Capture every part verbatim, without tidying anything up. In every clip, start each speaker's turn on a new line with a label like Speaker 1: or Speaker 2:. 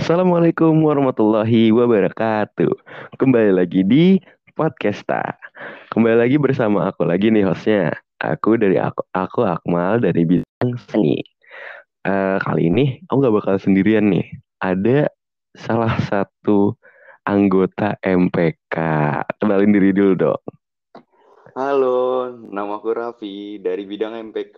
Speaker 1: Assalamualaikum warahmatullahi wabarakatuh. Kembali lagi di Podcasta. Kembali lagi bersama aku lagi nih hostnya. Aku dari aku, aku Akmal dari bidang seni. Eh, kali ini aku gak bakal sendirian nih. Ada salah satu anggota M P K. Kenalin diri dulu dong.
Speaker 2: Halo, nama aku Raffi dari bidang M P K.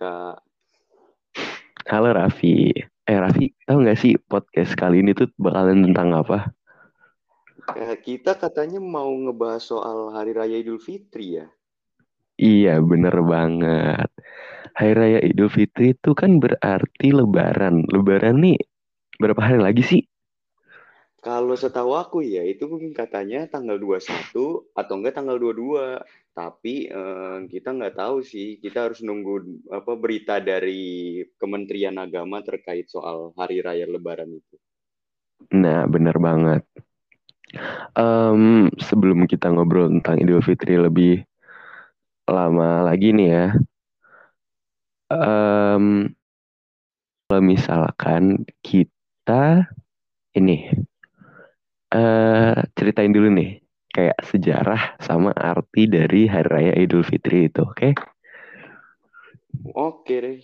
Speaker 1: Halo Raffi. Eh Raffi, tahu gak sih podcast kali ini tuh bakalan tentang apa?
Speaker 2: Eh, kita katanya mau ngebahas soal Hari Raya Idul Fitri ya.
Speaker 1: Iya, bener banget. Hari Raya Idul Fitri itu kan berarti Lebaran. Lebaran nih berapa hari lagi sih?
Speaker 2: Kalau setahu aku ya, itu katanya tanggal dua puluh satu atau enggak tanggal dua puluh dua. Tapi eh, kita nggak tahu sih, kita harus nunggu apa berita dari Kementerian Agama terkait soal Hari Raya Lebaran itu.
Speaker 1: Nah, bener banget. Em, sebelum kita ngobrol tentang Idul Fitri lebih lama lagi nih ya. em, Kalau misalkan kita ini eh ceritain dulu nih kayak sejarah sama arti dari Hari Raya Idul Fitri itu, oke?
Speaker 2: Oke deh.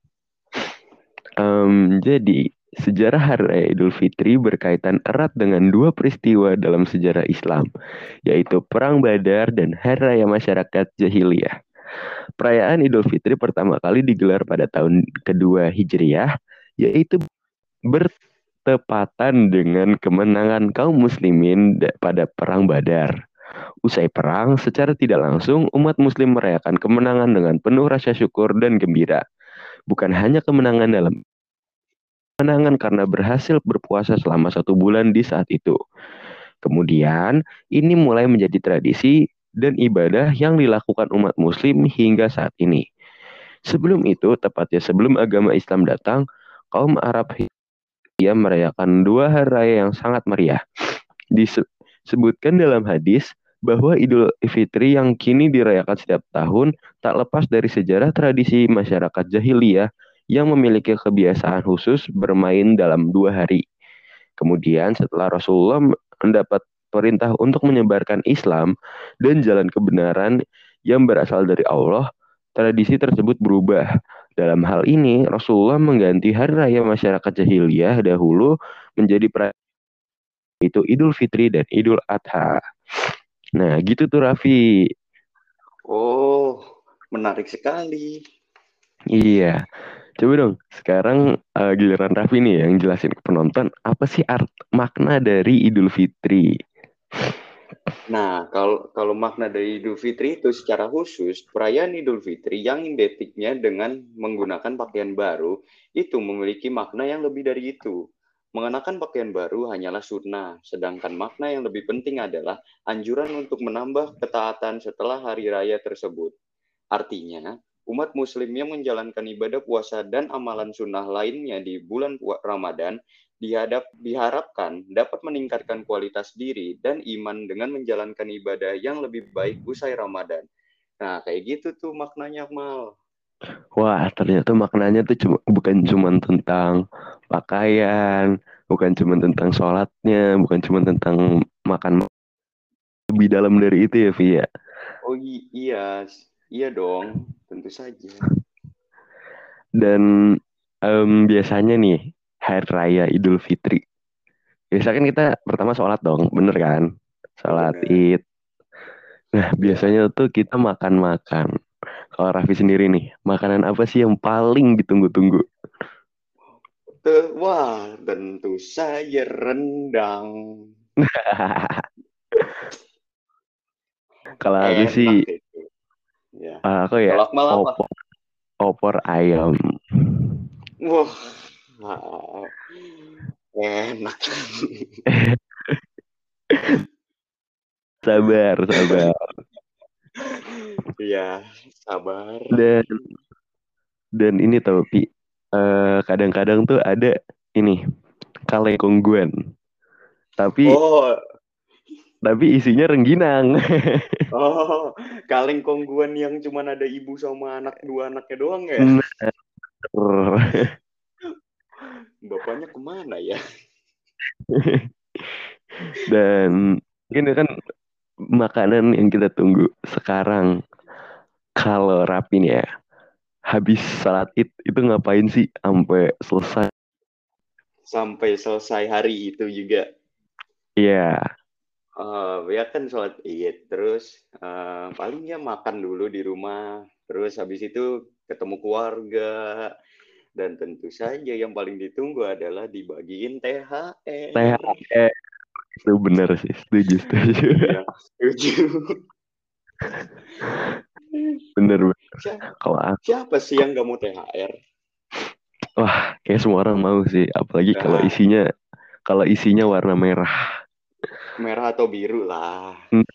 Speaker 1: Em, jadi, sejarah Hari Raya Idul Fitri berkaitan erat dengan dua peristiwa dalam sejarah Islam, yaitu Perang Badar dan Hari Raya Masyarakat Jahiliyah. Perayaan Idul Fitri pertama kali digelar pada tahun kedua Hijriah, yaitu bertepatan dengan kemenangan kaum muslimin pada Perang Badar. Usai perang, secara tidak langsung, umat muslim merayakan kemenangan dengan penuh rasa syukur dan gembira. Bukan hanya kemenangan dalam kemenangan karena berhasil berpuasa selama satu bulan di saat itu. Kemudian, ini mulai menjadi tradisi dan ibadah yang dilakukan umat muslim hingga saat ini. Sebelum itu, tepatnya sebelum agama Islam datang, kaum Arab Hijriah merayakan dua hari raya yang sangat meriah. Disebutkan dalam hadis bahwa Idul Fitri yang kini dirayakan setiap tahun tak lepas dari sejarah tradisi masyarakat jahiliyah yang memiliki kebiasaan khusus bermain dalam dua hari. Kemudian setelah Rasulullah mendapat perintah untuk menyebarkan Islam dan jalan kebenaran yang berasal dari Allah, tradisi tersebut berubah. Dalam hal ini, Rasulullah mengganti hari raya masyarakat jahiliyah dahulu menjadi perayaan itu Idul Fitri dan Idul Adha. Nah, gitu tuh Raffi.
Speaker 2: Oh, menarik sekali.
Speaker 1: Iya. Coba dong, sekarang eh, giliran Raffi nih yang jelasin ke penonton apa sih art makna dari Idul Fitri.
Speaker 2: Nah, kalau kalau makna dari Idul Fitri itu secara khusus, perayaan Idul Fitri yang identiknya dengan menggunakan pakaian baru itu memiliki makna yang lebih dari itu. Mengenakan pakaian baru hanyalah sunnah, sedangkan makna yang lebih penting adalah anjuran untuk menambah ketaatan setelah hari raya tersebut. Artinya, umat muslim yang menjalankan ibadah puasa dan amalan sunnah lainnya di bulan Ramadan dihadap, diharapkan dapat meningkatkan kualitas diri dan iman dengan menjalankan ibadah yang lebih baik usai Ramadan. Nah, kayak gitu tuh maknanya, Mal.
Speaker 1: Wah, ternyata maknanya tuh cuma bukan cuma tentang pakaian, bukan cuma tentang sholatnya, bukan cuma tentang makan lebih dalam dari itu ya, Via.
Speaker 2: Oh iya, iya dong, tentu saja.
Speaker 1: Dan em, biasanya nih hari raya Idul Fitri. Biasanya kan kita pertama sholat dong, bener kan?
Speaker 2: Oh
Speaker 1: Sholat
Speaker 2: benar.
Speaker 1: Id. Nah,
Speaker 2: Ya.
Speaker 1: biasanya tuh kita makan-makan. Kalau Raffi sendiri nih, makanan apa sih yang paling ditunggu-tunggu?
Speaker 2: Wah, tentu saja rendang.
Speaker 1: Kalau aku sih,
Speaker 2: Enak itu. Ya.
Speaker 1: eh, aku ya
Speaker 2: Kalau Akmal apa?
Speaker 1: opor, opor ayam.
Speaker 2: Wah, enak.
Speaker 1: Sabar, sabar.
Speaker 2: Iya, sabar.
Speaker 1: Dan dan ini tau, Pi, eh, kadang-kadang tuh ada ini kaleng kongguan, tapi
Speaker 2: Oh,
Speaker 1: tapi isinya rengginang.
Speaker 2: oh, kaleng kongguan yang cuma ada ibu sama anak dua anaknya doang ya?
Speaker 1: Nah,
Speaker 2: Bapaknya kemana ya?
Speaker 1: Dan mungkin kan makanan yang kita tunggu sekarang, kalau Rapi nih ya, habis salat id itu ngapain sih sampai selesai?
Speaker 2: Sampai selesai hari itu juga.
Speaker 1: Iya.
Speaker 2: Uh, ya kan sholat id, terus uh, paling ya makan dulu di rumah, terus habis itu ketemu keluarga, dan tentu saja yang paling ditunggu adalah dibagiin T H R.
Speaker 1: T H R itu bener sih, setuju, setuju.
Speaker 2: Iya, setuju.
Speaker 1: Bener, bener.
Speaker 2: Siapa,
Speaker 1: Kalau aku,
Speaker 2: siapa sih yang gak mau T H R?
Speaker 1: wah, kayak semua orang mau sih, apalagi kalau
Speaker 2: Nah,
Speaker 1: isinya, kalau isinya warna merah.
Speaker 2: merah atau biru lah.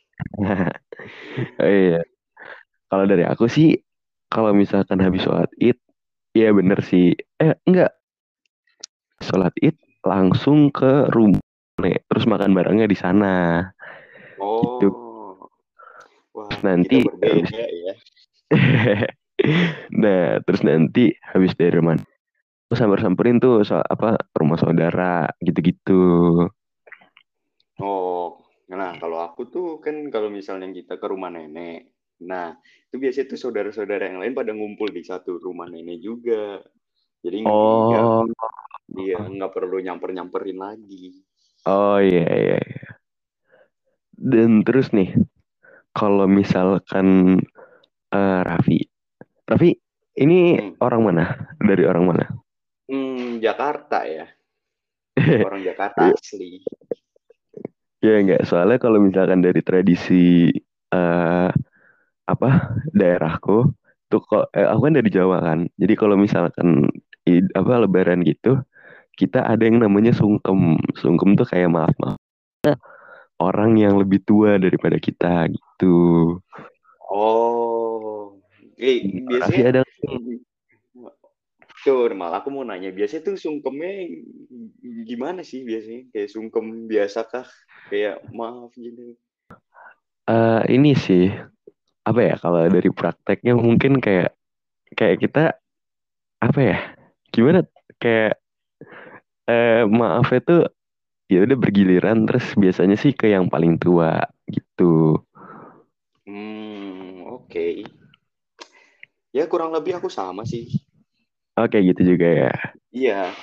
Speaker 1: Iya, kalau dari aku sih, kalau misalkan habis sholat id, iya bener sih. Eh, enggak, sholat id langsung ke rumah, nih, terus makan barengnya di sana, gitu.
Speaker 2: Oh, wah, kita
Speaker 1: Nanti habis,
Speaker 2: berbeda ya.
Speaker 1: nah, terus nanti habis dari rumah, terus samper-samperin tuh soal apa rumah saudara, gitu-gitu.
Speaker 2: Oh, nah kalau aku tuh kan kalau misalnya kita ke rumah nenek, nah itu biasanya tuh saudara-saudara yang lain pada ngumpul di satu rumah nenek juga. Jadi nggak,
Speaker 1: Oh,
Speaker 2: dia nggak perlu nyamper-nyamperin lagi.
Speaker 1: oh iya, iya, iya. Dan terus nih, kalau misalkan eh, Raffi, Raffi ini
Speaker 2: Hmm,
Speaker 1: orang mana? Dari orang mana?
Speaker 2: hmm, Jakarta ya, orang Jakarta
Speaker 1: Iya,
Speaker 2: asli.
Speaker 1: ya enggak. Soalnya kalau misalkan dari tradisi eh, apa daerahku tuh kok eh, aku kan dari Jawa kan. Jadi kalau misalkan i- apa Lebaran gitu, kita ada yang namanya sungkem. Sungkem tuh kayak maaf maaf orang yang lebih tua daripada kita gitu.
Speaker 2: Oh, eh,
Speaker 1: Raffi
Speaker 2: biasanya
Speaker 1: ada.
Speaker 2: tuh malah aku mau nanya, biasanya tuh sungkemnya gimana sih biasanya? Kayak sungkem biasa kah? Kayak maaf gitu.
Speaker 1: Eh, ini sih apa ya kalau dari prakteknya mungkin kayak kayak kita apa ya gimana kayak eh, maaf itu ya udah bergiliran terus biasanya sih ke yang paling tua gitu.
Speaker 2: Hmm, oke. Okay. Ya kurang lebih aku sama sih.
Speaker 1: Oke gitu juga ya.
Speaker 2: Iya.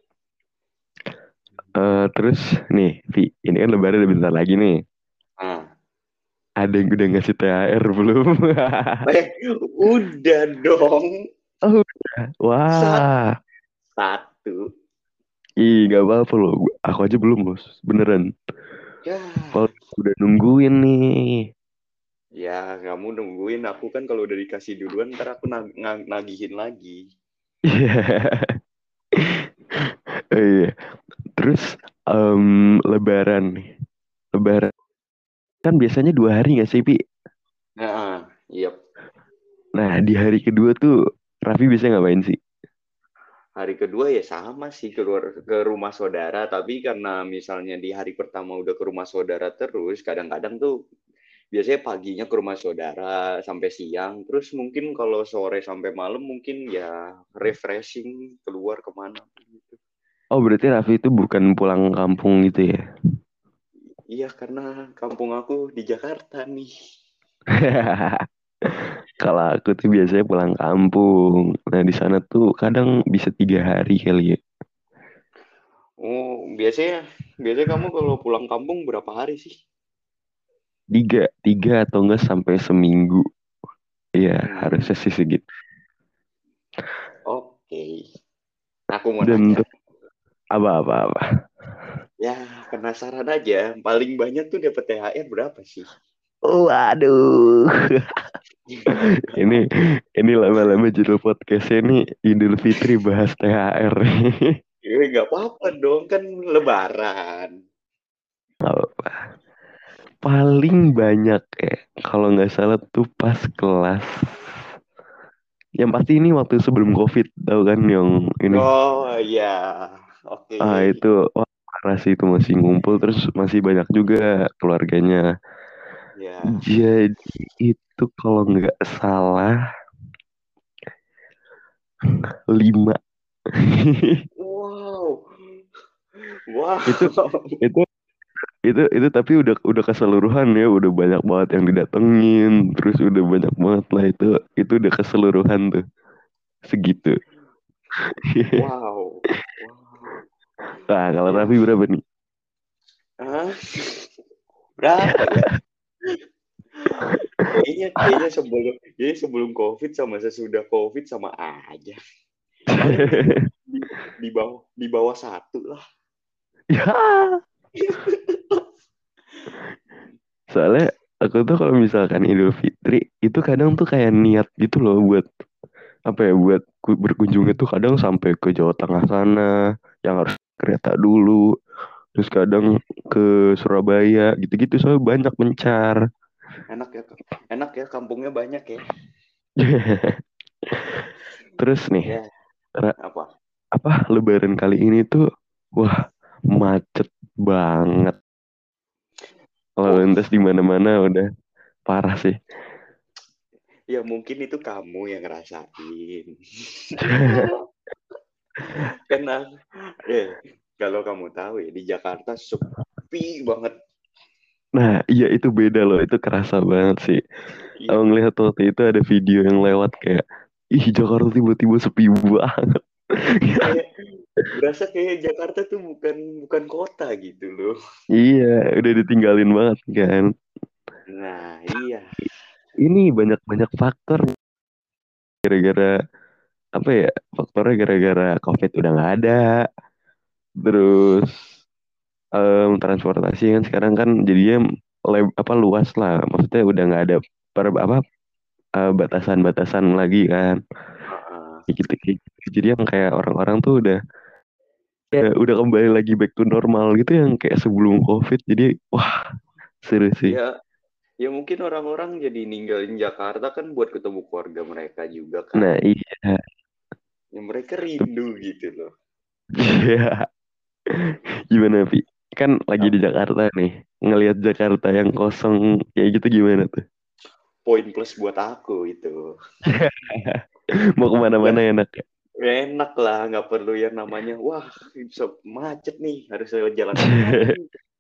Speaker 1: Eh, terus nih Vi ini kan lebaran udah bentar lagi nih,
Speaker 2: Nah,
Speaker 1: ada yang udah ngasih T H R belum?
Speaker 2: eh, udah dong.
Speaker 1: Oh udah.
Speaker 2: Sat
Speaker 1: Wah,
Speaker 2: satu.
Speaker 1: ih gak apa-apa loh, aku aja belum loh beneran.
Speaker 2: Ya,
Speaker 1: Kalau udah nungguin nih.
Speaker 2: ya kamu nungguin aku kan kalau udah dikasih duluan ntar aku nag nag- nagihin lagi.
Speaker 1: Iya. Oh, iya. Terus em, lebaran nih. Lebaran kan biasanya dua hari nggak sih, Pi?
Speaker 2: Nah, iya.
Speaker 1: Nah, di hari kedua tuh Raffi biasanya ngapain sih?
Speaker 2: Hari kedua ya sama sih keluar ke rumah saudara, tapi karena misalnya di hari pertama udah ke rumah saudara terus, kadang-kadang tuh biasanya paginya ke rumah saudara sampai siang, terus mungkin kalau sore sampai malam mungkin ya refreshing keluar kemana gitu.
Speaker 1: Oh, berarti Raffi itu bukan pulang kampung gitu ya?
Speaker 2: Iya, karena kampung aku di Jakarta nih.
Speaker 1: Kalau aku tuh biasanya pulang kampung. Nah, di sana tuh kadang bisa tiga hari kali ya.
Speaker 2: Oh, biasanya biasanya kamu kalau pulang kampung berapa hari sih?
Speaker 1: Tiga, tiga atau enggak sampai seminggu. Iya, harusnya
Speaker 2: Hmm,
Speaker 1: sih segitu.
Speaker 2: oke. Aku mau
Speaker 1: Dan
Speaker 2: nanya.
Speaker 1: tuh apa-apa-apa.
Speaker 2: Ya, penasaran aja. Paling banyak tuh dapat T H R berapa sih?
Speaker 1: Waduh. Ini ini lama-lama judul podcastnya ini Idul Fitri bahas T H R.
Speaker 2: Ya, nggak apa-apa dong, kan lebaran.
Speaker 1: Paling banyak ya, kalau nggak salah tuh pas kelas. Yang pasti ini waktu sebelum COVID, tahu kan yang ini.
Speaker 2: Oh iya, oke.
Speaker 1: Ah itu, wah parah sih itu masih ngumpul terus masih banyak juga keluarganya.
Speaker 2: Ya.
Speaker 1: Jadi itu kalau nggak salah lima.
Speaker 2: Wow, Wow.
Speaker 1: Itu itu itu itu tapi udah udah keseluruhan ya, udah banyak banget yang didatengin, terus udah banyak banget lah itu itu udah keseluruhan tuh segitu.
Speaker 2: Wow. Wow.
Speaker 1: Nah, kalau
Speaker 2: Ya.
Speaker 1: Raffi berapa nih?
Speaker 2: Hah? Berapa ya? Kayaknya kayaknya sebelum kayaknya sebelum COVID sama sesudah COVID sama aja. Paling di di, di bawah di bawah satu lah.
Speaker 1: Ya, soalnya aku tuh kalau misalkan Idul Fitri itu kadang tuh kayak niat gitu loh buat apa ya, buat ku- berkunjung itu kadang sampai ke Jawa Tengah sana yang harus kereta dulu, terus kadang ke Surabaya gitu-gitu soalnya banyak mencar.
Speaker 2: Enak ya, enak ya, kampungnya banyak ya.
Speaker 1: Terus nih,
Speaker 2: Ya,
Speaker 1: Ra-
Speaker 2: apa?
Speaker 1: apa Lebaran kali ini tuh wah macet banget. Lalu
Speaker 2: Wah,
Speaker 1: lintas di mana-mana udah parah sih.
Speaker 2: ya mungkin itu kamu yang ngerasain. Karena, eh, kalau kamu tahu ya, di Jakarta sepi banget.
Speaker 1: Nah, iya itu beda loh, itu kerasa banget sih.
Speaker 2: Iya,
Speaker 1: Aku ngelihat waktu itu ada video yang lewat kayak, ih Jakarta tiba-tiba sepi banget.
Speaker 2: kayak berasa kayak Jakarta tuh bukan bukan kota gitu loh.
Speaker 1: Iya, udah ditinggalin banget kan.
Speaker 2: Nah, iya.
Speaker 1: Ini banyak-banyak faktor gara-gara apa ya? Faktornya gara-gara COVID udah nggak ada. Terus em, transportasi kan sekarang kan jadinya le- apa luas lah. Maksudnya udah nggak ada per apa eh, batasan-batasan lagi kan.
Speaker 2: Heeh.
Speaker 1: Kayak gitu, kayak gitu. Jadi yang kayak orang-orang tuh udah ya, udah kembali lagi back to normal gitu yang kayak sebelum COVID. Jadi wah seru sih.
Speaker 2: Ya, ya mungkin orang-orang jadi ninggalin Jakarta kan buat ketemu keluarga mereka juga
Speaker 1: Nah
Speaker 2: kan.
Speaker 1: iya.
Speaker 2: Ya mereka rindu gitu loh.
Speaker 1: Iya. Gimana Pi? Kan lagi di
Speaker 2: Apa?
Speaker 1: Jakarta nih. Ngelihat Jakarta yang kosong kayak gitu gimana tuh?
Speaker 2: Poin plus buat aku itu.
Speaker 1: Mau kemana-mana
Speaker 2: Nggak
Speaker 1: enak ya?
Speaker 2: enak lah, nggak perlu yang namanya, wah bisa macet nih, harus lewat jalan mana nih.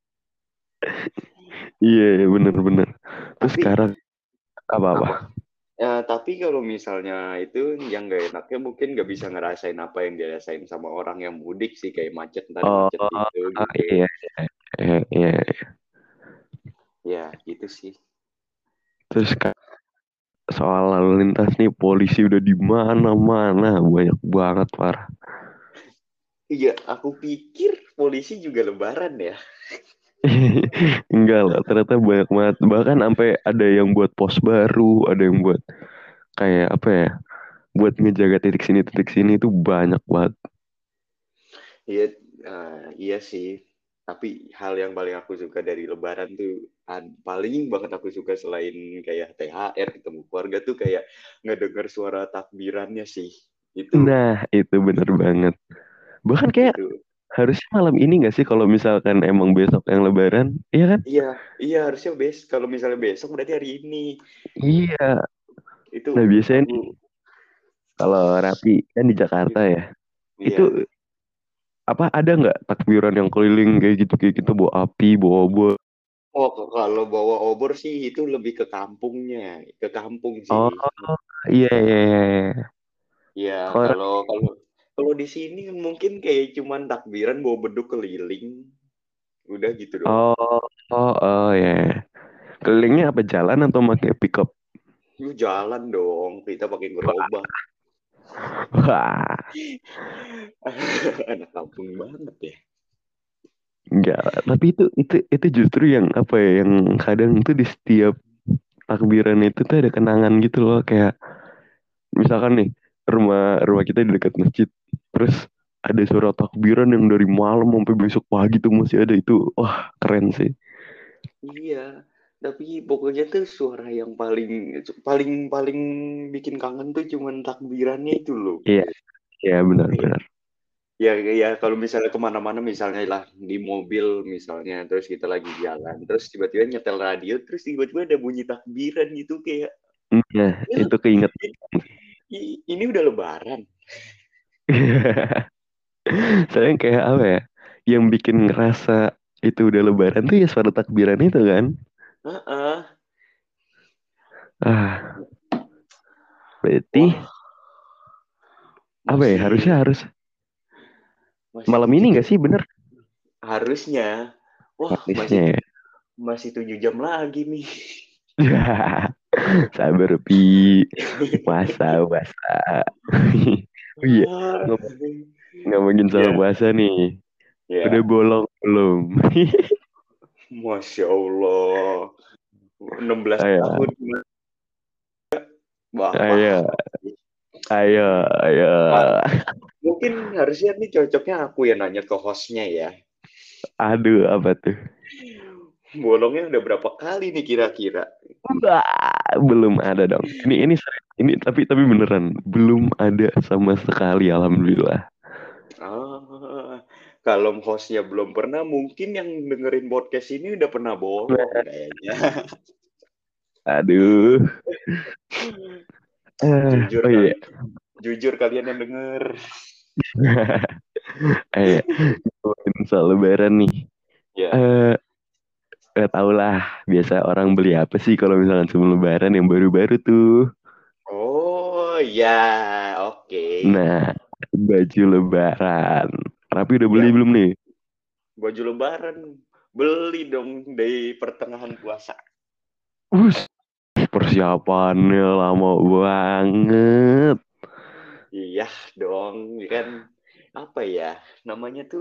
Speaker 1: Iya, iya, bener-bener. Terus
Speaker 2: Tapi
Speaker 1: sekarang apa-apa?
Speaker 2: apa? Ya, tapi kalau misalnya itu yang nggak enaknya mungkin nggak bisa ngerasain apa yang dirasain sama orang yang mudik sih, kayak macet ntar
Speaker 1: Oh,
Speaker 2: macet itu gitu.
Speaker 1: iya, iya, iya.
Speaker 2: Ya gitu sih.
Speaker 1: Terus ka- soal lalu lintas nih polisi udah di mana-mana banyak banget parah.
Speaker 2: Iya, aku pikir polisi juga lebaran ya.
Speaker 1: Enggak lah, ternyata banyak banget. Bahkan sampai ada yang buat pos baru, ada yang buat kayak apa ya, buat ngejaga titik sini titik sini itu banyak banget.
Speaker 2: Iya, eh, iya sih. Tapi hal yang paling aku suka dari Lebaran tuh, ad- paling banget aku suka selain kayak T H R ketemu keluarga tuh kayak ngedenger suara takbirannya sih. Itu,
Speaker 1: Nah, itu bener banget. Bahkan kayak
Speaker 2: itu.
Speaker 1: harusnya malam ini nggak sih kalau misalkan emang besok yang Lebaran, iya kan?
Speaker 2: Iya, iya harusnya bes. Kalau misalnya besok berarti hari ini.
Speaker 1: Iya.
Speaker 2: Itu
Speaker 1: Nah biasanya
Speaker 2: aku,
Speaker 1: nih kalau Rapi kan di Jakarta ya, itu
Speaker 2: iya.
Speaker 1: apa ada nggak takbiran yang keliling kayak gitu kayak gitu bawa api, bawa obor?
Speaker 2: Oh, k- kalau bawa obor sih itu lebih ke kampungnya, ke kampung sih.
Speaker 1: Oh iya iya iya. Iya.
Speaker 2: Ya,
Speaker 1: Kalau
Speaker 2: kalau kalau kalau di sini mungkin kayak cuman takbiran bawa beduk keliling, udah gitu doang.
Speaker 1: oh oh oh ya. Kelilingnya apa jalan atau pakai pickup?
Speaker 2: Lu jalan dong, kita pakai gerobak.
Speaker 1: Wah,
Speaker 2: Anak kampung banget ya.
Speaker 1: enggak. Tapi itu itu itu justru yang apa ya? Yang kadang tuh di setiap takbiran itu tuh ada kenangan gitu loh. Kayak misalkan nih rumah rumah kita di dekat masjid, terus ada suara takbiran yang dari malam sampai besok pagi tuh masih ada itu. Wah keren sih.
Speaker 2: Iya, tapi pokoknya tuh suara yang paling paling paling bikin kangen tuh cuman takbirannya itu loh.
Speaker 1: Iya iya
Speaker 2: Kayak
Speaker 1: benar-benar.
Speaker 2: ya ya kalau misalnya kemana-mana misalnya lah di mobil misalnya terus kita lagi jalan terus tiba-tiba nyetel radio terus tiba-tiba ada bunyi takbiran gitu kayak
Speaker 1: Iya
Speaker 2: ini,
Speaker 1: itu keinget.
Speaker 2: i- ini udah lebaran.
Speaker 1: Saya kayak apa ya? yang bikin ngerasa itu udah lebaran tuh ya suara takbiran itu kan.
Speaker 2: Heeh.
Speaker 1: Ah, berarti
Speaker 2: Wah,
Speaker 1: apa ya, harusnya
Speaker 2: masih
Speaker 1: harus
Speaker 2: masih
Speaker 1: malam ini
Speaker 2: tujuh
Speaker 1: nggak
Speaker 2: jam
Speaker 1: sih, bener?
Speaker 2: harusnya. Wah, masih
Speaker 1: Harusnya ya.
Speaker 2: masih tujuh jam lagi nih.
Speaker 1: Sabar Pi, puasa puasa. Oh iya,
Speaker 2: Ah,
Speaker 1: ngom- ngomongin soal
Speaker 2: ya,
Speaker 1: puasa nih, udah
Speaker 2: ya.
Speaker 1: bolong belum?
Speaker 2: Masya Allah. enam belas
Speaker 1: Ayo,
Speaker 2: tahun. Wah,
Speaker 1: ayo,
Speaker 2: parah.
Speaker 1: ayo, ayo.
Speaker 2: Parah. Mungkin harusnya nih cocoknya aku yang nanya ke hostnya ya.
Speaker 1: Aduh, apa tuh?
Speaker 2: Bolongnya udah berapa kali nih kira-kira?
Speaker 1: Wah, belum ada dong. Ini ini serius. Ini tapi tapi beneran belum ada sama sekali, alhamdulillah.
Speaker 2: Ah, kalau hostnya belum pernah, mungkin yang dengerin podcast ini udah pernah bolong kayaknya.
Speaker 1: Aduh. Eh,
Speaker 2: Jujur
Speaker 1: oh iya.
Speaker 2: kali, jujur kalian yang denger.
Speaker 1: Eh, ngomongin soal lebaran nih.
Speaker 2: Ya.
Speaker 1: Eh, eh tau lah, biasa orang beli apa sih kalau misalkan sebelum lebaran yang baru-baru tuh.
Speaker 2: Oh ya, oke.
Speaker 1: Nah, baju lebaran. Rapi udah beli
Speaker 2: Ya,
Speaker 1: belum nih?
Speaker 2: baju lebaran beli dong dari pertengahan puasa.
Speaker 1: Us, persiapannya lama banget.
Speaker 2: Iya dong, kan apa ya namanya tuh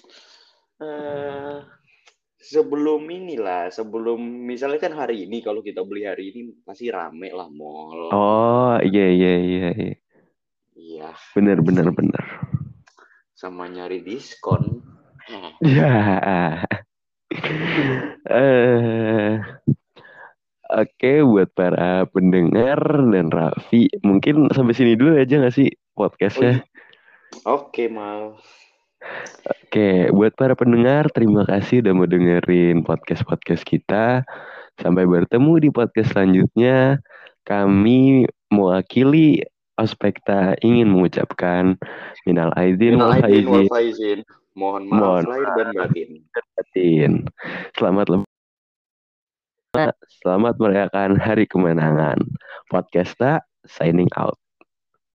Speaker 2: eh sebelum inilah, sebelum misalnya kan hari ini kalau kita beli hari ini pasti rame lah mall.
Speaker 1: Oh, iya iya iya iya.
Speaker 2: Iya,
Speaker 1: Bener bener bener.
Speaker 2: sama nyari diskon. Heh,
Speaker 1: Ya. Eh, oke, buat para pendengar dan Raffi, mungkin sampai sini dulu aja nggak sih
Speaker 2: Oh iya,
Speaker 1: podcastnya?
Speaker 2: oke mal.
Speaker 1: Oke, buat para pendengar, terima kasih udah mau dengerin podcast-podcast kita. Sampai bertemu di podcast selanjutnya. Kami mewakili Aspekta ingin mengucapkan minal aidin
Speaker 2: Minal
Speaker 1: wal
Speaker 2: aidin wal
Speaker 1: faizin.
Speaker 2: faizin. Mohon maaf
Speaker 1: Mohon
Speaker 2: lahir dan batin.
Speaker 1: batin. Selamat lebaran, selamat merayakan hari kemenangan. Podcasta signing out.